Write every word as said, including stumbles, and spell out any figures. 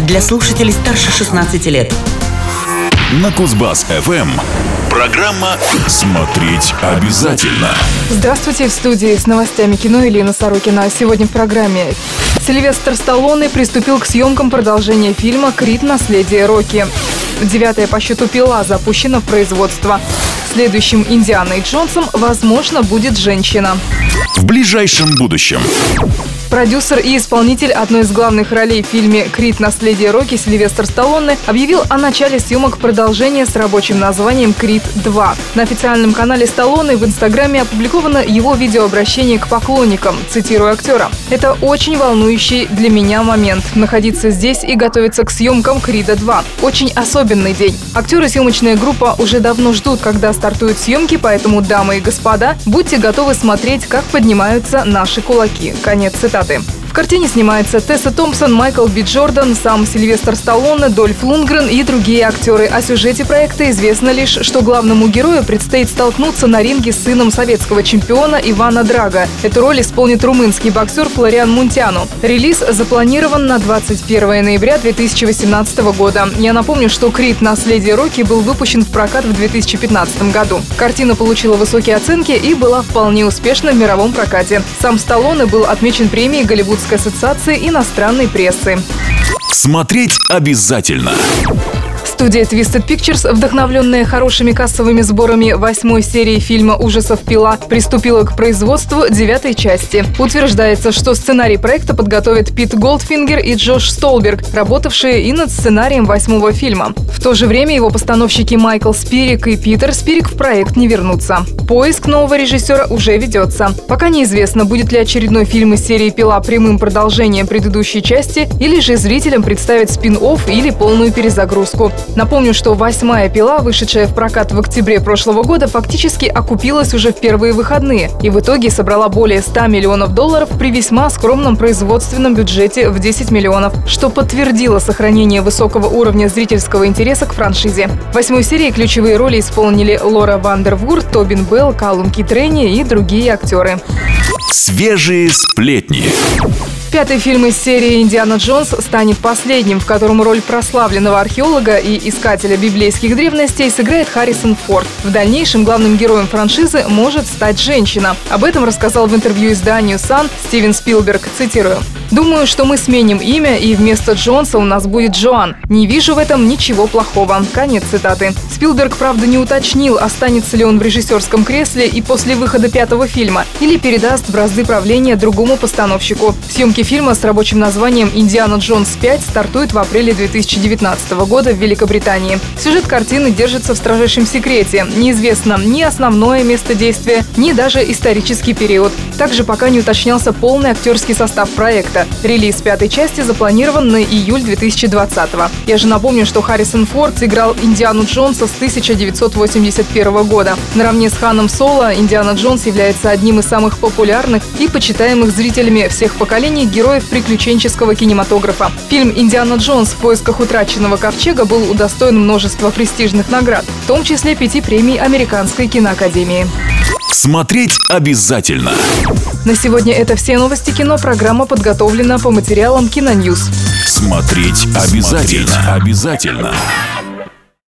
для слушателей старше шестнадцати лет. На Кузбасс-ФМ. Программа «Смотреть обязательно». Здравствуйте, в студии с новостями кино Елена Сорокина. Сегодня в программе. Сильвестр Сталлоне приступил к съемкам продолжения фильма «Крид. Наследие Рокки». Девятая по счету «Пила» запущена в производство. Следующим Индианой Джонсом, возможно, будет женщина. В ближайшем будущем. Продюсер и исполнитель одной из главных ролей в фильме «Крид. Наследие Рокки» Сильвестр Сталлоне объявил о начале съемок продолжения с рабочим названием «Крид два». На официальном канале Сталлоне в Инстаграме опубликовано его видеообращение к поклонникам, цитирую актера. «Это очень волнующий для меня момент – находиться здесь и готовиться к съемкам «Крида два». Очень особенный день. Актеры и съемочная группа уже давно ждут, когда стартуют съемки, поэтому, дамы и господа, будьте готовы смотреть, как поднимаются наши кулаки». Конец цитаты. В картине снимается Тесса Томпсон, Майкл Би Джордан, сам Сильвестр Сталлоне, Дольф Лундгрен и другие актеры. О сюжете проекта известно лишь, что главному герою предстоит столкнуться на ринге с сыном советского чемпиона Ивана Драга. Эту роль исполнит румынский боксер Флориан Мунтиану. Релиз запланирован на двадцать первое ноября две тысячи восемнадцатого года. Я напомню, что «Крид. Наследие Рокки» был выпущен в прокат в две тысячи пятнадцатом году. Картина получила высокие оценки и была вполне успешна в мировом прокате. Сам Сталлоне был отмечен премией Голливудской ассоциации иностранной прессы. Смотреть обязательно. Студия Twisted Pictures, вдохновленная хорошими кассовыми сборами восьмой серии фильма ужасов «Пила», приступила к производству девятой части. Утверждается, что сценарий проекта подготовят Пит Голдфингер и Джош Столберг, работавшие и над сценарием восьмого фильма. В то же время его постановщики Майкл Спирик и Питер Спирик в проект не вернутся. Поиск нового режиссера уже ведется. Пока неизвестно, будет ли очередной фильм из серии «Пила» прямым продолжением предыдущей части, или же зрителям представят спин-офф или полную перезагрузку. Напомню, что восьмая «Пила», вышедшая в прокат в октябре прошлого года, фактически окупилась уже в первые выходные и в итоге собрала более ста миллионов долларов при весьма скромном производственном бюджете в десять миллионов, что подтвердило сохранение высокого уровня зрительского интереса к франшизе. В восьмой серии ключевые роли исполнили Лора Вандервурт, Тобин Белл, Калум Кит Рейни и другие актеры. Свежие сплетни. Пятый фильм из серии «Индиана Джонс» станет последним, в котором роль прославленного археолога и искателя библейских древностей сыграет Харрисон Форд. В дальнейшем главным героем франшизы может стать женщина. Об этом рассказал в интервью изданию Sun Стивен Спилберг, цитирую. «Думаю, что мы сменим имя, и вместо Джонса у нас будет Джоан. Не вижу в этом ничего плохого». Конец цитаты. Спилберг, правда, не уточнил, останется ли он в режиссерском кресле и после выхода пятого фильма, или передаст бразды правления другому постановщику. Съемки фильма с рабочим названием «Индиана Джонс пять» стартует в апреле две тысячи девятнадцатого года в Великобритании. Сюжет картины держится в строжайшем секрете. Неизвестно ни основное место действия, ни даже исторический период. Также пока не уточнялся полный актерский состав проекта. Релиз пятой части запланирован на июль две тысячи двадцатого. Я же напомню, что Харрисон Форд сыграл Индиану Джонса с тысяча девятьсот восемьдесят первого года. Наравне с Ханом Соло Индиана Джонс является одним из самых популярных и почитаемых зрителями всех поколений героев приключенческого кинематографа. Фильм «Индиана Джонс. В поисках утраченного ковчега» был удостоен множества престижных наград, в том числе пяти премий Американской киноакадемии. Смотреть обязательно. На сегодня это все новости кино. Программа подготовлена по материалам Киноньюз. Смотреть обязательно. Смотреть обязательно.